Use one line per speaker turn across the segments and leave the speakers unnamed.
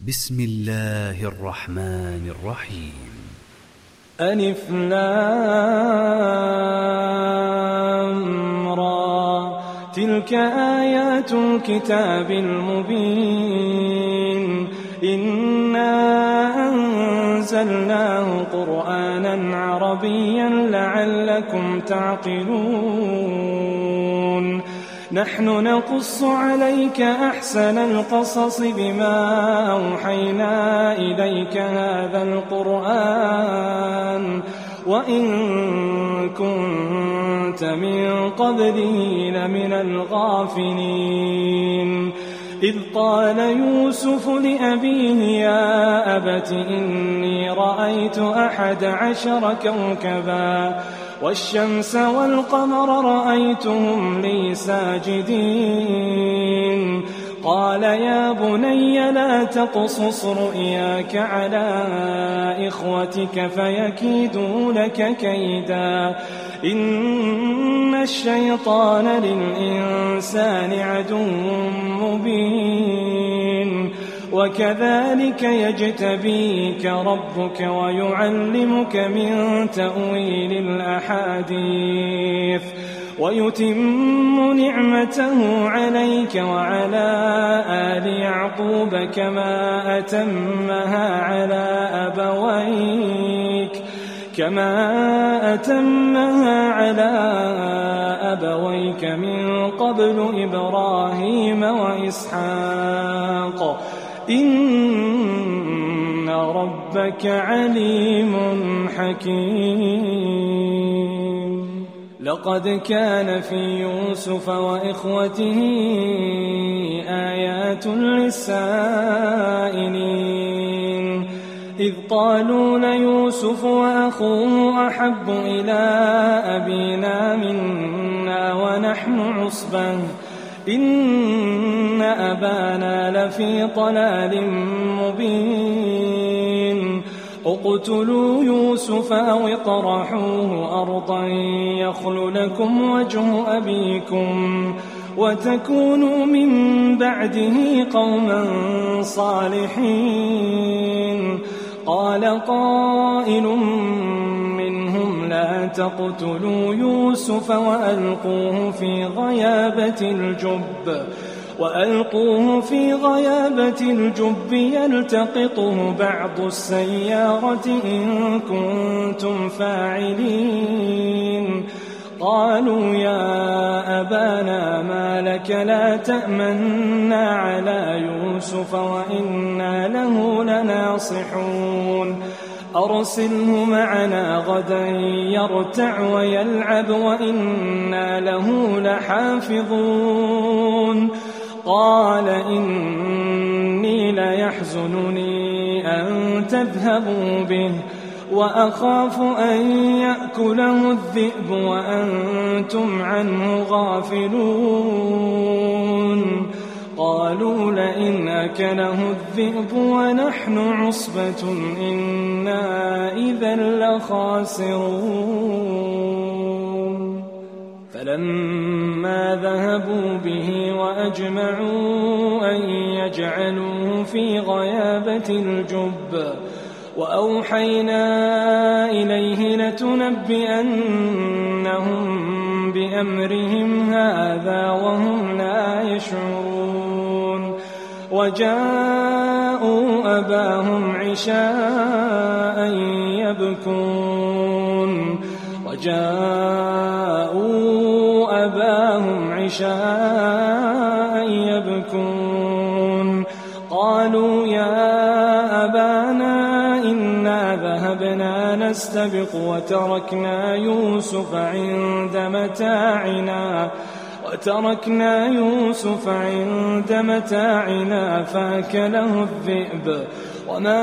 بسم الله الرحمن الرحيم.
ألف لام را، تلك آيات الكتاب المبين. إنا أنزلناه قرآنا عربيا لعلكم تعقلون. نحن نقص عليك أحسن القصص بما أوحينا إليك هذا القرآن وإن كنت من قبله لمن الغافلين. إذ قال يوسف لأبيه يا أبت إني رأيت 11 كوكبا والشمس والقمر رأيتهم لي ساجدين. قال يا بني لا تقصص رؤياك على إخوتك فيكيدوا لك كيدا إن الشيطان للإنسان عدو مبين. وكذلك يجتبيك ربك ويعلمك من تأويل الأحاديث ويتم نعمته عليك وعلى آل يعقوب كما أتمها على أبويك من قبل إبراهيم وإسحاق إن ربك عليم حكيم. لقد كان في يوسف وإخوته آيات للسائلين إذ قالوا ليوسف وأخوه أحب إلى أبينا منا ونحن عصبة إن أبانا لفي ضلال مبين. اقتلوا يوسف أو اطرحوه أرضا يخل لكم وجه أبيكم وتكونوا من بعده قوما صالحين. قال قائل منهم لا تقتلوا يوسف وألقوه في غيابة الجب يلتقطه بعض السيارة إن كنتم فاعلين. قالوا يا أبانا ما لك لا تأمنا على يوسف وإنا له لناصحون. أرسله معنا غدا يرتع ويلعب وإنا له لحافظون. قال إني ليحزنني أن تذهبوا به وأخاف أن يأكله الذئب وأنتم عنه غافلون. قالوا لئن أكله الذئب ونحن عصبة إنا إذا لخاسرون. فلما ذهبوا به وأجمعوا أن يجعلوه في غيابة الجب وأوحينا إليه لتنبئنهم بأمرهم هذا وهم لا يشعرون. وجاءوا أباهم عشاء يبكون. قالوا يا أبانا إنا ذهبنا نستبق وتركنا يوسف عند متاعنا فأكله الذئب وما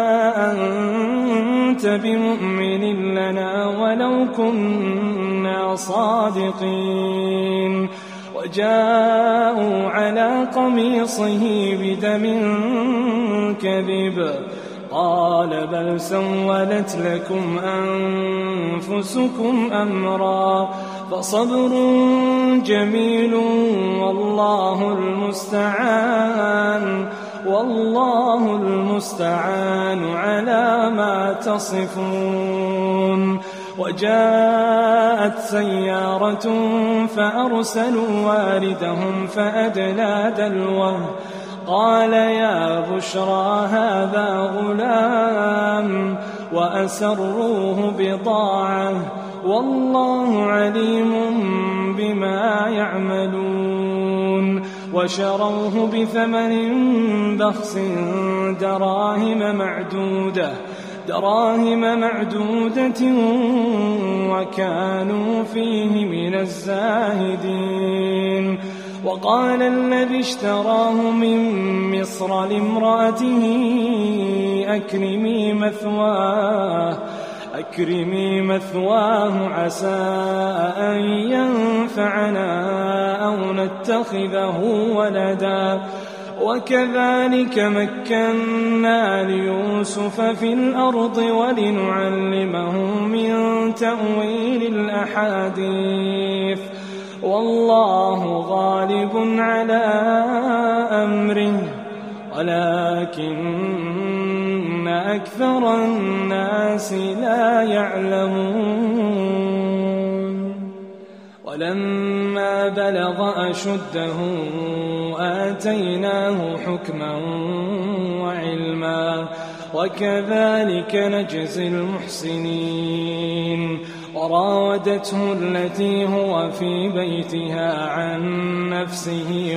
أنت بمؤمن لنا ولو كنا صادقين. وجاءوا على قميصه بدم كذب قال بل سولت لكم أنفسكم أمرا فصبر جميل والله المستعان والله المستعان على ما تصفون. وجاءت سيارة فأرسلوا واردهم فأدلى دلوه قال يا بشرى هذا غلام وأسروه بضاعة والله عليم بما يعملون. وشروه بثمن بخس دراهم معدودة وكانوا فيه من الزاهدين. وقال الذي اشتراه من مصر لامرأته أكرمي مثواه عسى أن ينفعنا أو نتخذه ولدا. وكذلك مكنا ليوسف في الأرض ولنعلمه من تأويل الأحاديث والله غالب على أمره ولكن أكثر الناس لا يعلمون. ولما بلغ أشده آتيناه حكما وعلما وكذلك نجزي المحسنين. وراودته التي هو في بيتها عن نفسه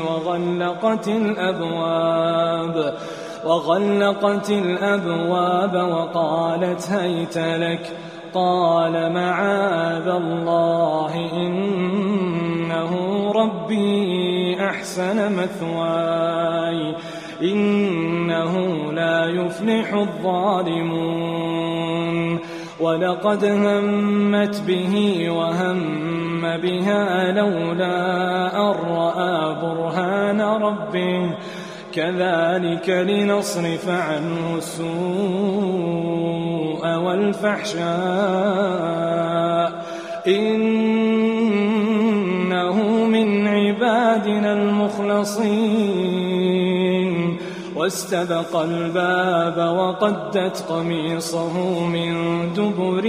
وغلقت الأبواب وقالت هيت لك. قال معاذ الله إنه ربي أحسن مثواي إنه لا يفلح الظالمون. ولقد همت به وهم بها لولا أن رأى برهان ربه كذلك لنصرف عنه السوء والفحشاء إنه من عبادنا المخلصين. واستبق الباب وقدت قميصه من دبر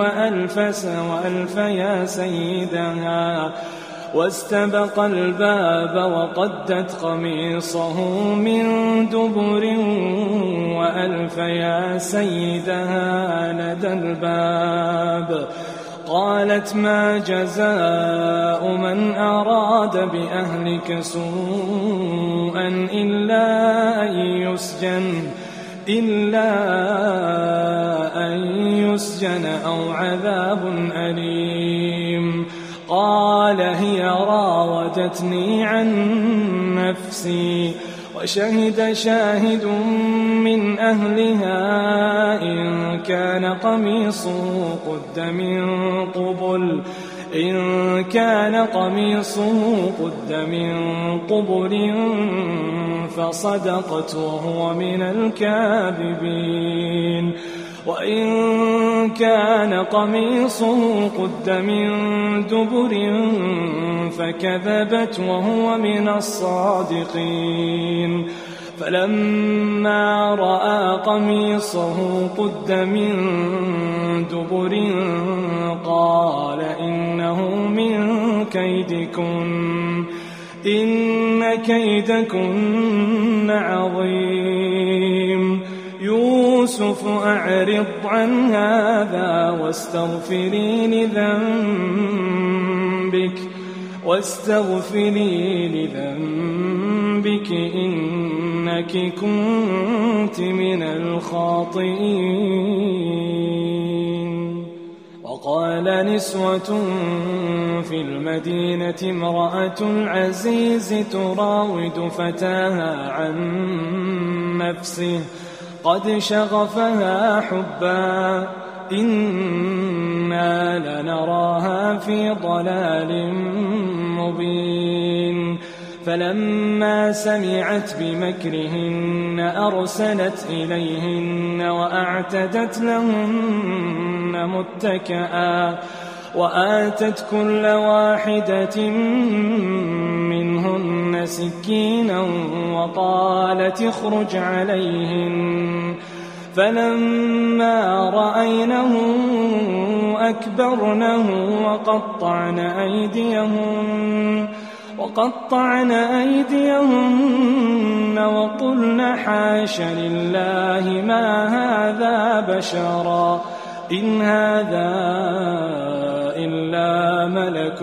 وألف يا سيدها لدى الباب. قالت ما جزاء من أراد بأهلك سوءا إلا أن يسجن أو عذاب أليم. قال هي راودتني عن نفسي. وشهد شاهد من أهلها إن كان قميصه قد من قبل فصدقت وهو من الكاذبين. وإن كان قميصه قد من دبر فكذبت وهو من الصادقين. فلما رأى قميصه قد من دبر قال إنه من كيدكن إن كيدكن عظيم. يوسف أعرض عن هذا واستغفري لذنبك إنك كنت من الخاطئين. وقال نسوة في المدينة امرأة العزيز تراود فتاها عن نفسه قد شغفها حبا إنا لنراها في ضلال مبين. فلما سمعت بمكرهن أرسلت إليهن وأعتدت لهن متكئا وآتت كل واحدة منهن منهن سكينا وقالت اخرج عليهن فلما رأينه أكبرنه وقطعن أيديهن وقلن حاش لله ما هذا بشرا إن هذا إلا ملك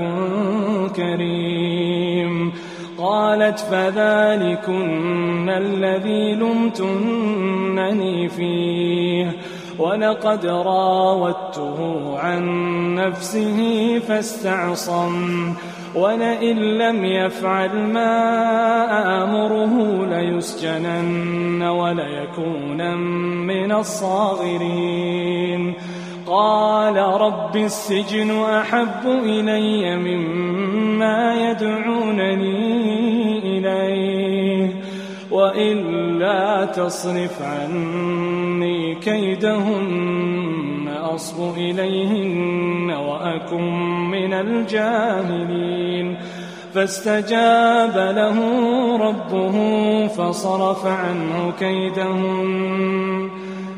كريم. قالت فذلكن الذي لمتنني فيه ولقد راودته عن نفسه فاستعصم ولئن لم يفعل ما آمره ليسجنن وليكونن من الصاغرين. قال رب السجن أحب إلي مما يدعونني إليه وإلا تصرف عني كيدهن أصب إليهن وأكن من الجاهلين. فاستجاب له ربه فصرف عنه كيدهن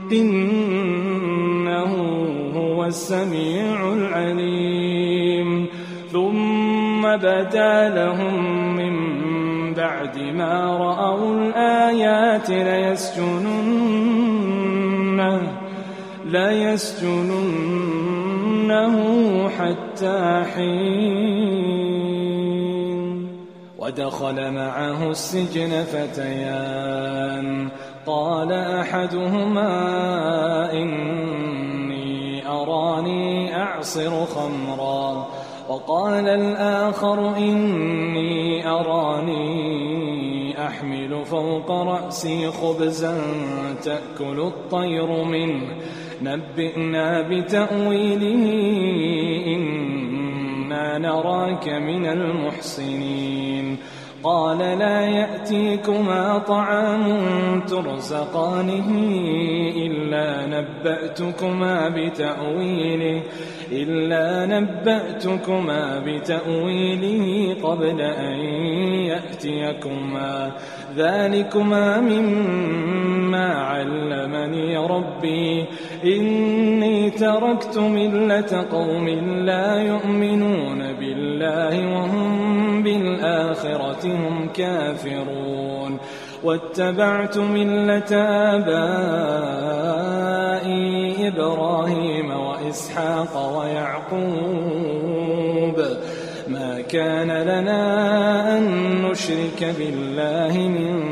إنه هو السميع العليم. ثم بدا لهم من بعد ما رأوا الآيات ليسجننه حتى حين. ودخل معه السجن فتيان قال أحدهما إني أراني أعصر خمرا وقال الآخر إني أراني أحمل فوق رأسي خبزا تأكل الطير منه نبئنا بتأويله إنا نراك من المحسنين. قال لا يأتيكما طعام ترزقانه إلا نبأتكما بتأويله قبل أن يأتيكما ذلكما مما علمني ربي إني تركت ملة قوم لا يؤمنون بالله وهم بالآخرة هم كافرون واتبعت ملة آبائي إبراهيم وإسحاق ويعقوب ما كان لنا أن نشرك بالله من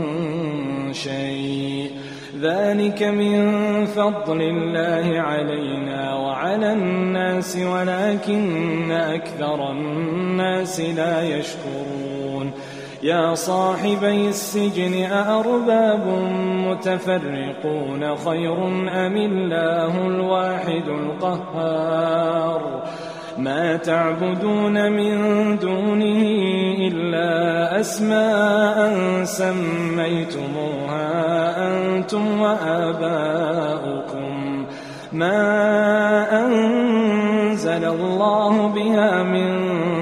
شيء ذلك من فضل الله علينا وعلى الناس ولكن أكثر الناس لا يشكرون. يا صاحبي السجن أأرباب متفرقون خير أم الله الواحد القهار ما تعبدون من دونه إلا أسماء سميتموها أنتم وآباؤكم ما أنزل الله بها من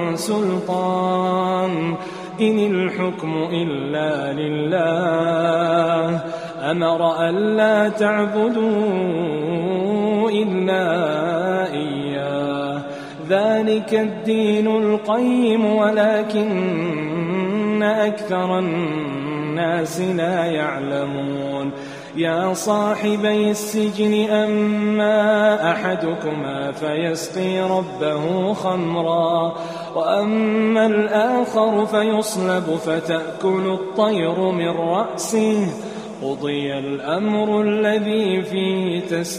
سلطان إن الحكم إلا لله أمر ألا تعبدوا إلا إياه ذلك الدين القيم ولكن أكثر الناس لا يعلمون. يا صاحبي السجن أما أحدكما فيسقي ربه خمرا وأما الآخر فيصلب فتأكل الطير من رأسه قضي الأمر الذي فيه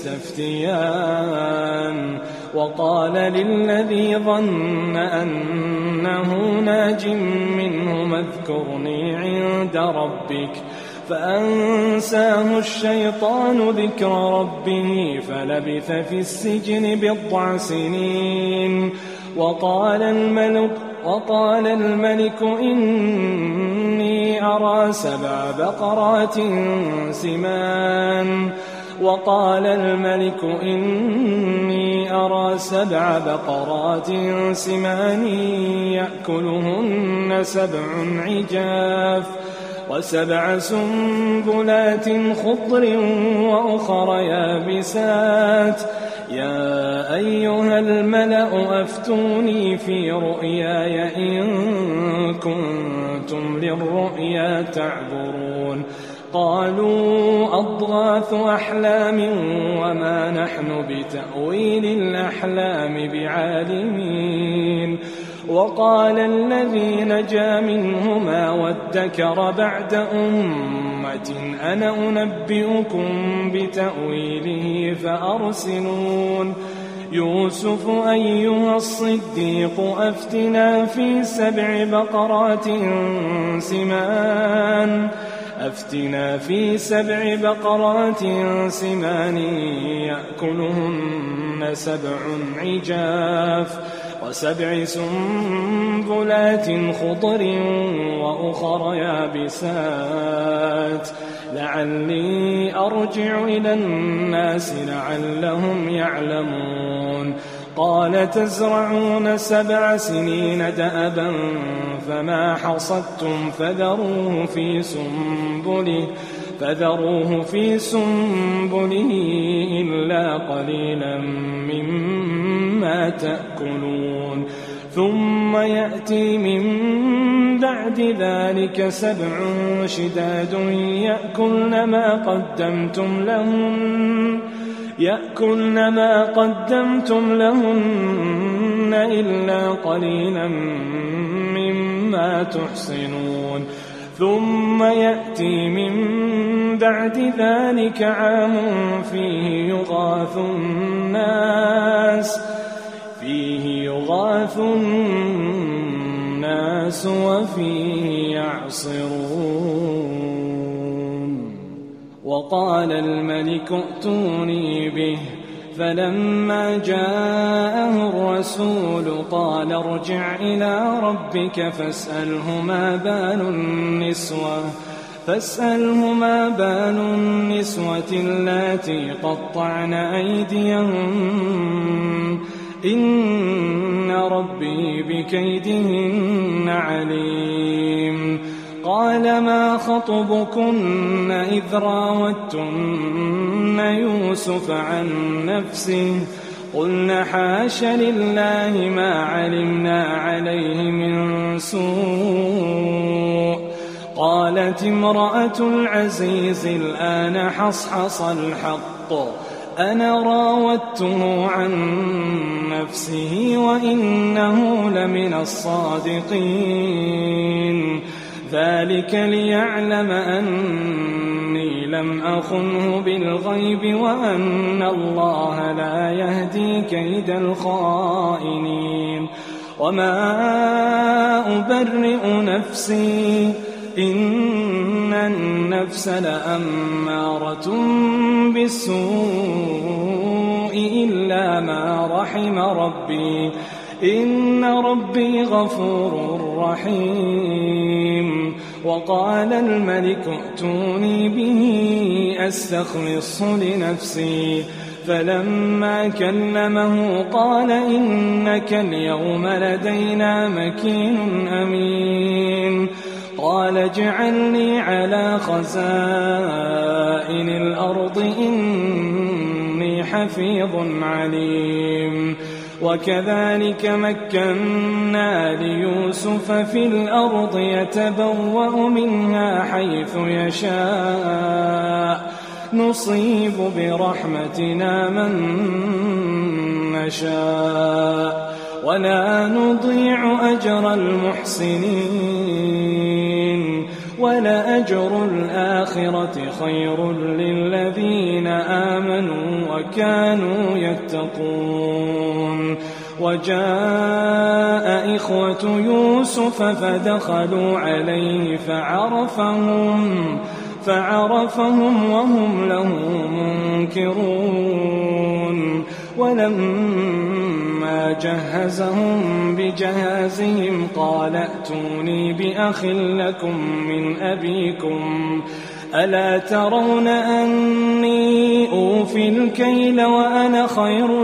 تستفتيان. وقال للذي ظن أنه ناج منه اذكرني عند ربك فأنساه الشيطان ذكر ربه فلبث في السجن 9 سنين. وقال الملك إني أرى 7 بقرات سمان وقال الملك إني أرى 7 بقرات سمان يأكلهن 7 عجاف و7 سنبلات خضر وأخر يابسات يا أيها الملأ أفتوني في رؤياي إن كنتم للرؤيا تعبرون قالوا أضغاث أحلام وما نحن بتأويل الأحلام بعالمين وقال الذي نجا منهما وادكر بعد أمة أنا أنبئكم بتأويله فأرسلون يوسف أيها الصديق أفتنا في 7 بقرات سمان يأكلهن 7 عجاف و7 سنبلات خضر وأخر يابسات لعلي أرجع إلى الناس لعلهم يعلمون قال تزرعون 7 سنين دأبا فما حصدتم فذروه في سنبله إلا قليلا مما تأكلون ثم يأتي من بعد ذلك 7 شداد يأكلن ما قدمتم لهن إلا قليلا مما تحصنون ثم يأتي من بعد ذلك عام فيه يغاث الناس وفيه يعصرون وقال الملك ائتوني به فلما جاءه الرسول قال ارجع إلى ربك فاسأله ما بال النسوة اللاتي قطعن أيديهن إن ربي بكيدهن عليم قال ما خطبكن إذ راوتن يوسف عن نفسه قلنا حاش لله ما علمنا عليه من سوء قالت امرأة العزيز الآن حصحص الحق أنا راودته عن نفسه وإنه لمن الصادقين ذلك ليعلم أني لم أخنه بالغيب وأن الله لا يهدي كيد الخائنين وما أبرئ نفسي إن النفس لأمارة بالسوء إلا ما رحم ربي إن ربي غفور رحيم وقال الملك ائتوني به أستخلصه لنفسي فلما كلمه قال إنك اليوم لدينا مكين أمين قال اجعلني على خزائن الأرض إني حفيظ عليم وكذلك مكنا ليوسف في الأرض يتبوأ منها حيث يشاء نصيب برحمتنا من نشاء ولا نضيع أجر المحسنين ولأجر الآخرة خير للذين آمنوا وكانوا يتقون وجاء إخوة يوسف فدخلوا عليه فعرفهم وهم له منكرون ولما جهزهم بجهازهم قال ائتوني بأخ لكم من أبيكم ألا ترون أني أوفي الكيل وأنا خير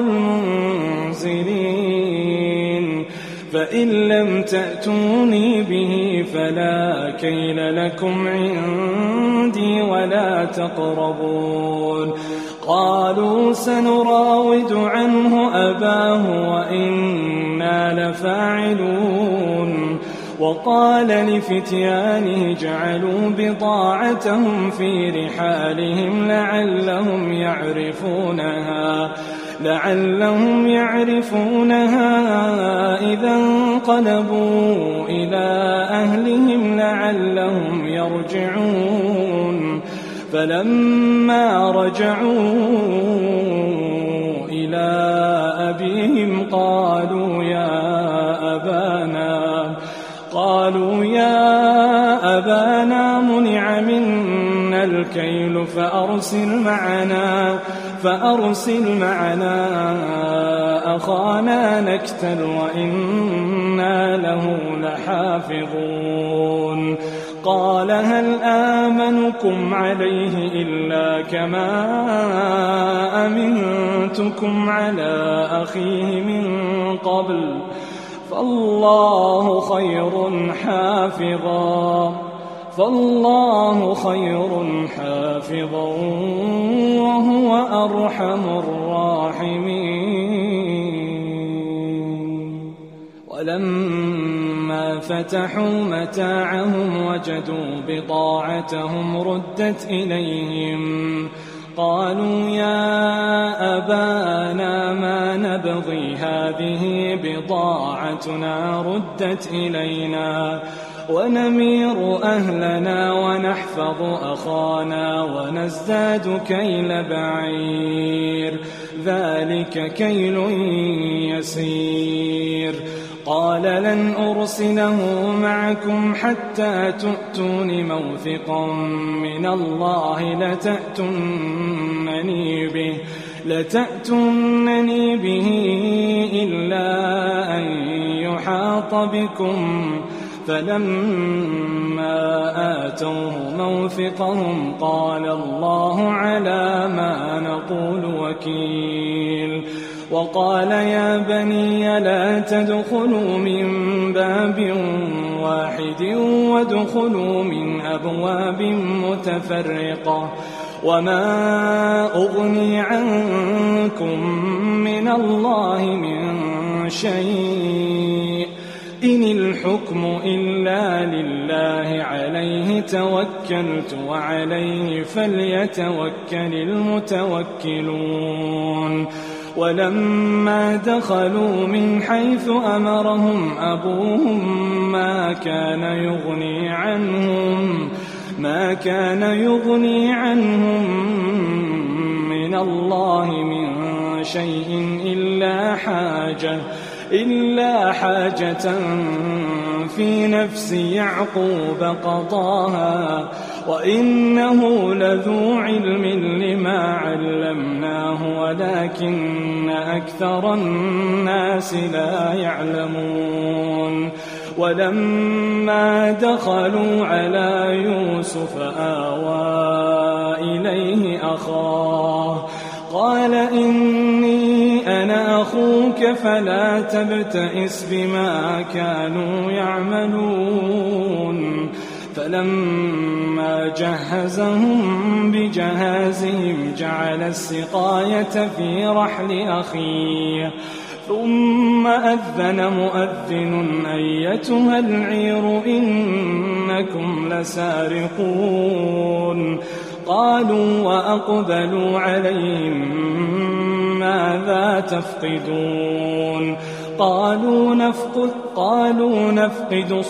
المنزلين فإن لم تأتوني به فلا كيل لكم عندي ولا تقربون قالوا سنراود عنه أباه وإنا لفاعلون وقال لفتيانه اجعلوا بضاعتهم في رحالهم لعلهم يعرفونها إذا انقلبوا إلى أهلهم لعلهم يرجعون فلما رجعوا إلى أبيهم قالوا يا أبانا منع منا الكيل فأرسل معنا أخانا نكتل وإنا له لحافظون قال هل آمنكم عليه إلا كما أمنتكم على أخيه من قبل فالله خير حافظا وهو أرحم الراحمين ولما فتحوا متاعهم وجدوا بضاعتهم ردت إليهم قالوا يا أبانا ما نبغي هذه بضاعتنا ردت إلينا ونمير أهلنا ونحفظ أخانا ونزداد كيل بعير ذلك كيل يسير قال لن أرسله معكم حتى تؤتون موثقا من الله لتأتونني به إلا أن يحاط بكم فلما آتوه موثقهم قال الله على ما نقول وكيل وقال يا بني لا تدخلوا من باب واحد وادخلوا من أبواب متفرقة وما أغني عنكم من الله من شيء إن الحكم إلا لله عليه توكلت وعليه فليتوكل المتوكلون ولما دخلوا من حيث أمرهم أبوهم ما كان يغني عنهم من الله من شيء إلا حاجة في نفس يعقوب قضاها وإنه لذو علم لما علمناه ولكن أكثر الناس لا يعلمون ولما دخلوا على يوسف آوى إليه أخاه قال إني أنا أخوك فلا تبتئس بما كانوا يعملون فلما جهزهم بجهازهم جعل السقاية في رحل أخيه ثم أذن مؤذن أيتها العير إنكم لسارقون قالوا وأقبلوا عليهم ماذا تفقدون قالوا نفقد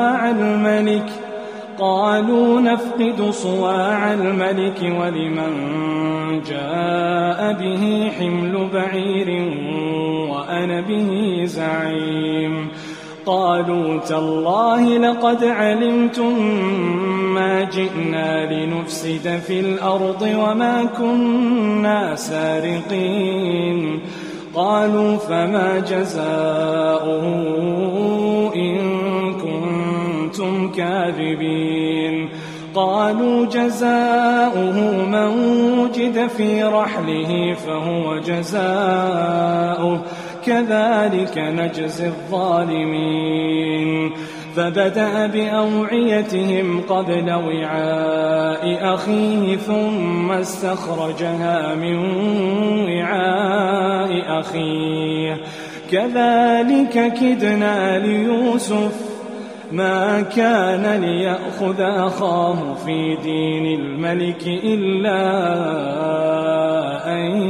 صواع الملك ولمن جاء به حمل بعير وأنا به زعيم قالوا تالله لقد علمتم ما جئنا لنفسد في الأرض وما كنا سارقين قالوا فما جزاؤه إن كنتم كاذبين قالوا جزاؤه من وجد في رحله فهو جزاؤه كذلك نجزي الظالمين. فبدأ بأوعيتهم قبل وعاء أخيه ثم استخرجها من وعاء أخيه كذلك كدنا ليوسف ما كان ليأخذ أخاه في دين الملك إلا أن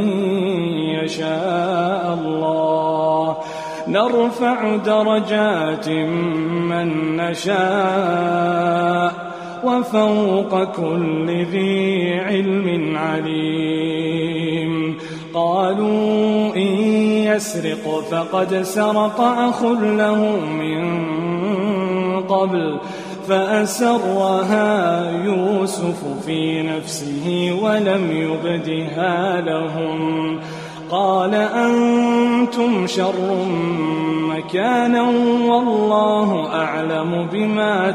يشاء الله نرفع درجات من نشاء وفوق كل ذي علم عليم. قالوا إن يسرق فقد سرق أخ له من قبل فأسرها يوسف في نفسه ولم يبدها لهم قال أنتم شر مكانا والله أعلم بما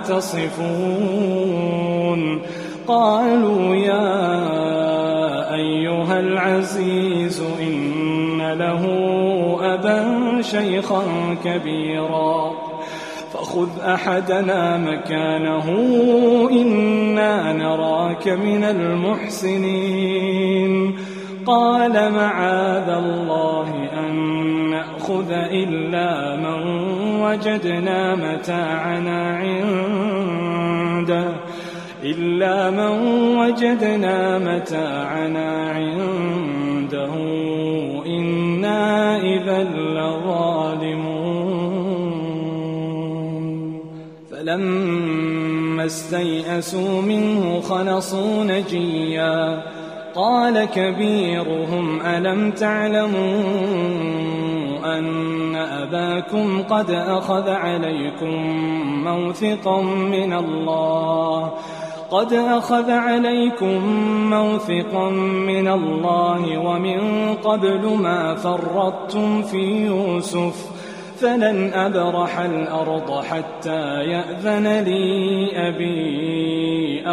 تصفون. قالوا يا أيها العزيز إن له أبا شيخا كبيرا فخذ أحدنا مكانه إنا نراك من المحسنين. قال معاذ الله أن نأخذ إلا من وجدنا متاعنا عنده إنا إذا لظالمون. فلما استيئسوا منه خلصوا نجيا قال كبيرهم ألم تعلموا أن أباكم قد أخذ عليكم موثقا من الله ومن قبل ما فرطتم في يوسف فلن أبرح الأرض حتى يأذن لي أبي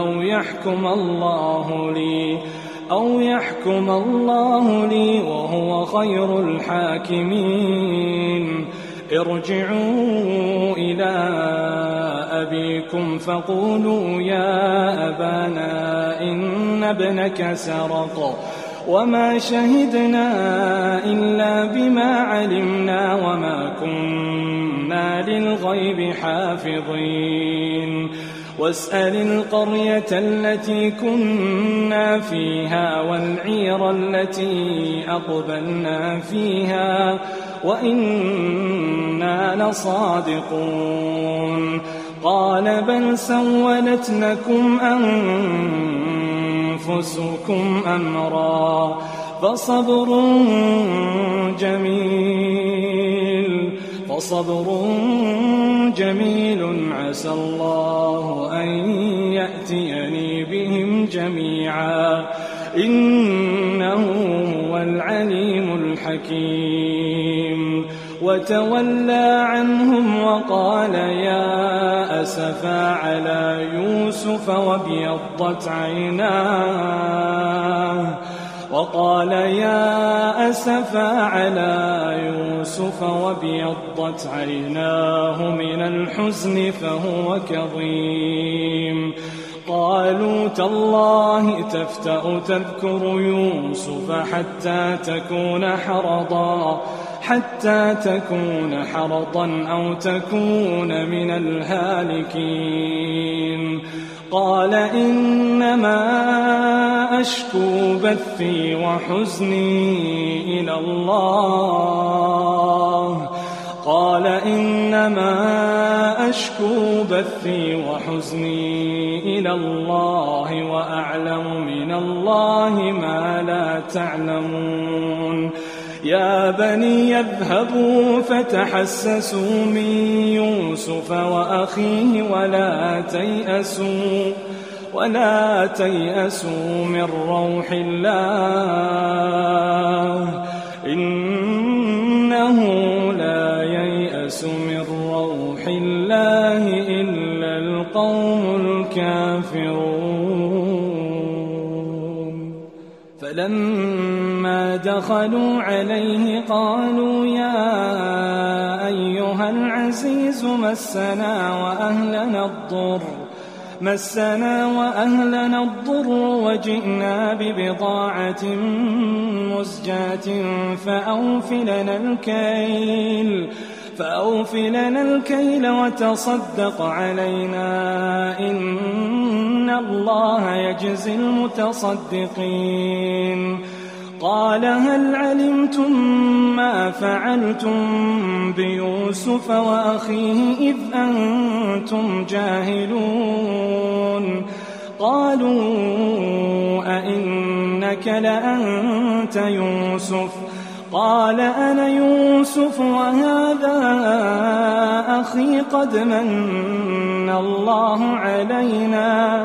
أو يحكم الله لي وهو خير الحاكمين. ارجعوا إلى أبيكم فقولوا يا أبانا إن ابنك سرق وما شهدنا إلا بما علمنا وما كنا للغيب حافظين. واسأل القرية التي كنا فيها والعير التي أقبلنا فيها وإنا لصادقون. قال بل سولت لكم أنفسكم أمرا فصبر جميل عسى الله أن يأتيني بهم جميعا إنه هو العليم الحكيم. وتولى عنهم وقال يا أسفا على يوسف وابيضت عيناه من الحزن فهو كظيم. قالوا تالله تفتأ تذكر يوسف حتى تكون حرضا أو تكون من الهالكين. قال إنما أشكو بثي وحزني إلى الله وأعلم من الله ما لا تعلمون. يا بني يذهبوا فتحسسوا من يوسف وأخيه ولا تيأسوا من روح الله إنه لا ييأس من روح الله إلا القوم الكافرون. فلما دخلوا عليه قالوا يا أيها العزيز مسنا وأهلنا الضر وجئنا ببضاعة مزجاة فأوف لنا الكيل وتصدق علينا إن الله يجزي المتصدقين. قال هل علمتم ما فعلتم بيوسف وأخيه إذ أنتم جاهلون؟ قالوا أئنك لأنت يوسف؟ قال أنا يوسف وهذا أخي قد من الله علينا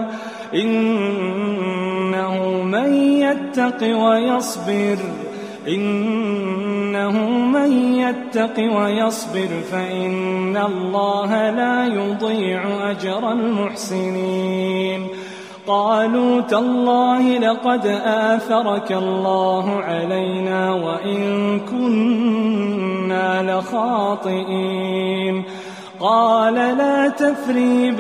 إنه من يتق ويصبر فإن الله لا يضيع أجر المحسنين. قالوا تالله لقد آثرك الله علينا وإن كنا لخاطئين. قال لا تثريب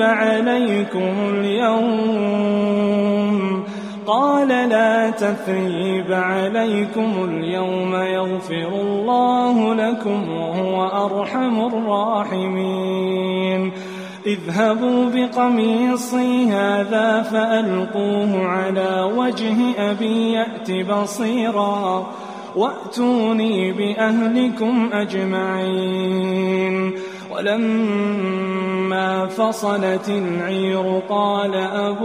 عليكم اليوم يغفر الله لكم وهو أرحم الراحمين. اذهبوا بقميصي هذا فألقوه على وجه أبي يأت بصيرا وأتوني بأهلكم أجمعين. ولما فصلت العير قال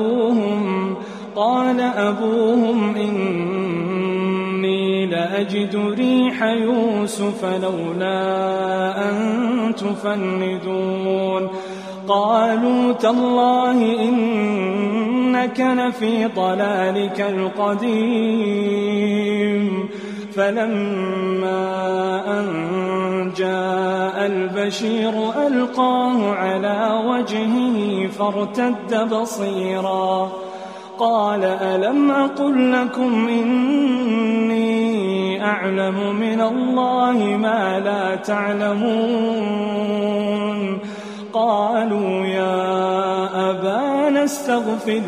أبوهم إني لأجد ريح يوسف لولا أن تفندون. قالوا تالله إنك لفي ضلالك القديم. فلما أن جاء البشير ألقاه على وجهه فارتد بصيرا قال ألم أقل لكم إني أعلم من الله ما لا تعلمون؟ قالوا يا أبانا استغفر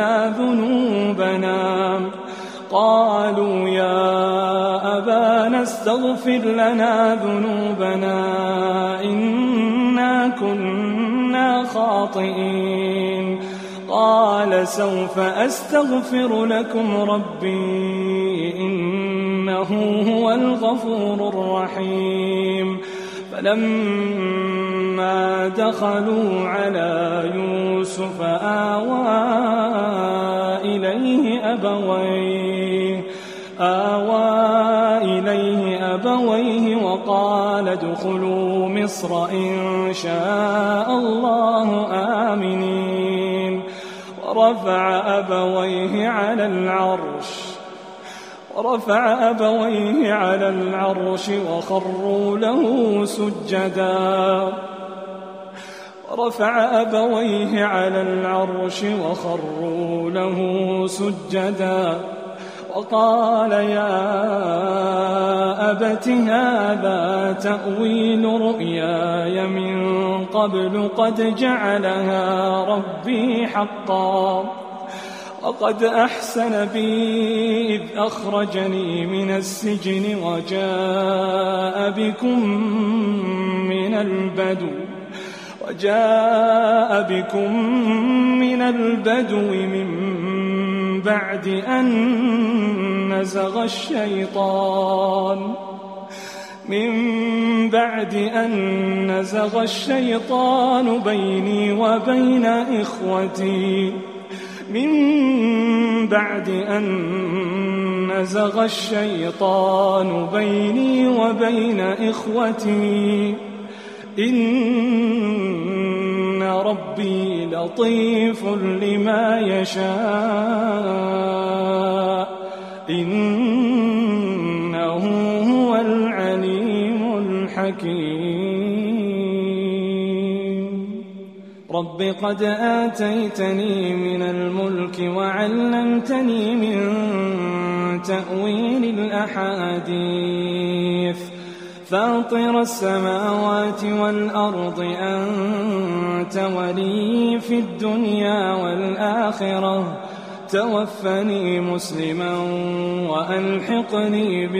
لنا ذنوبنا إنا كنا خاطئين. قال سوف أستغفر لكم ربي إنه هو الغفور الرحيم. فلما دخلوا على يوسف آوى إليه أبويه وقال ادخلوا مصر إن شاء الله آمنين. ورفع أبويه على العرش وخروا له سجدا وقال يا أبت هذا تأويل رؤياي من قبل قد جعلها ربي حقا وقد أحسن بي إذ أخرجني من السجن وجاء بكم من البدو من بعد أن نزغ الشيطان بيني وبين إخوتي إن ربي لطيف لما يشاء إنه هو العليم الحكيم. رب قد آتيتني من الملك وعلمتني من تأويل الأحاديث فاطر السماوات والأرض أنت ولي في الدنيا والآخرة توفني مسلما وألحقني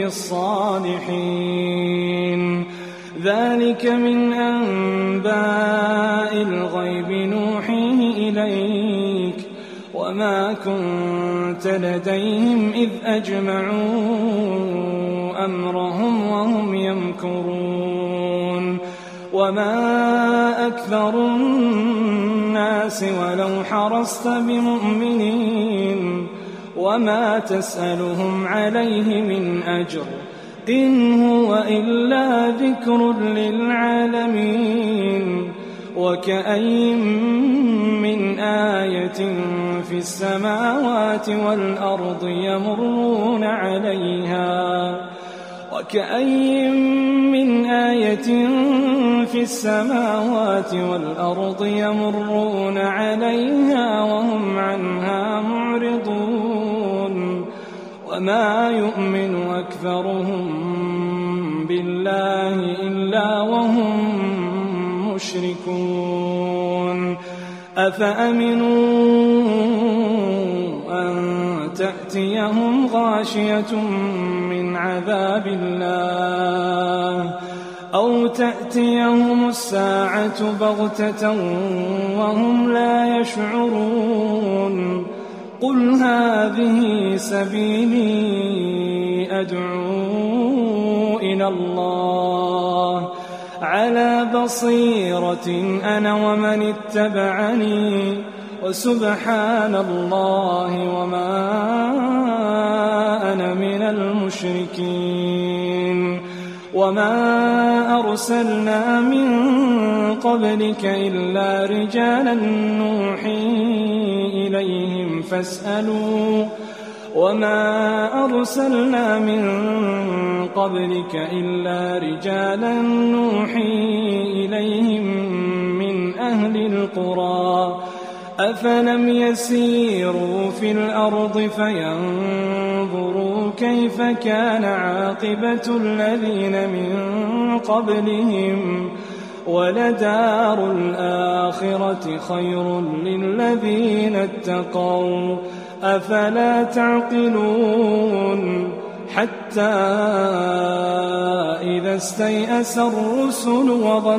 بالصالحين ذلك من أنباء الغيب نوحيه إليك وما كنت لديهم إذ أجمعوا أمرهم وهم يمكرون وما أكثر الناس ولو حرصت بمؤمنين وما تسألهم عليه من أجر إن هو إلا ذكر للعالمين وكأي من آية في السماوات والأرض يمرون عليها وكأي من آية في السماوات والأرض يمرون عليها وهم عنها معرضون وما يؤمن أكثرهم بالله إلا وهم مشركون أفأمنوا أن تأتيهم غاشية من عذاب الله أو تأتيهم الساعة بغتة وهم لا يشعرون قل هذه سبيلي أدعو إلى الله على بصيرة أنا ومن اتبعني وسبحان الله وما أنا من المشركين وما أرسلنا من قبلك إلا رجالا نوحي إليهم فاسألوا وما أرسلنا من قبلك إلا رجالا نوحي إليهم من أهل القرى أفلم يسيروا في الأرض فينظروا كيف كان عاقبة الذين من قبلهم ولدار الآخرة خير للذين اتقوا أفلا تعقلون حتى إذا استيأس الرسل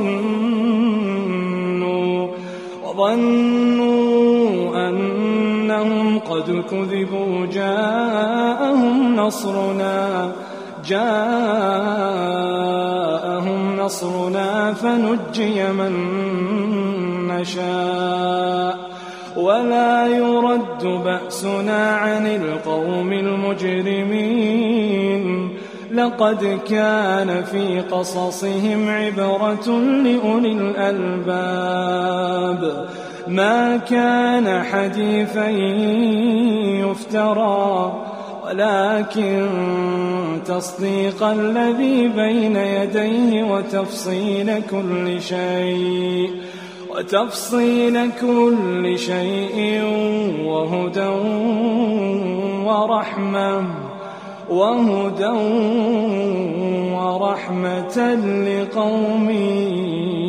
وظنوا أنهم قد كذبوا جاءهم نصرنا فنجي من نشاء ولا يرد بأسنا عن القوم المجرمين لقد كان في قصصهم عبرة لأولي الألباب ما كان حديثا يفترى ولكن تصديق الذي بين يديه وتفصيل كل شيء وهدى ورحمة لقوم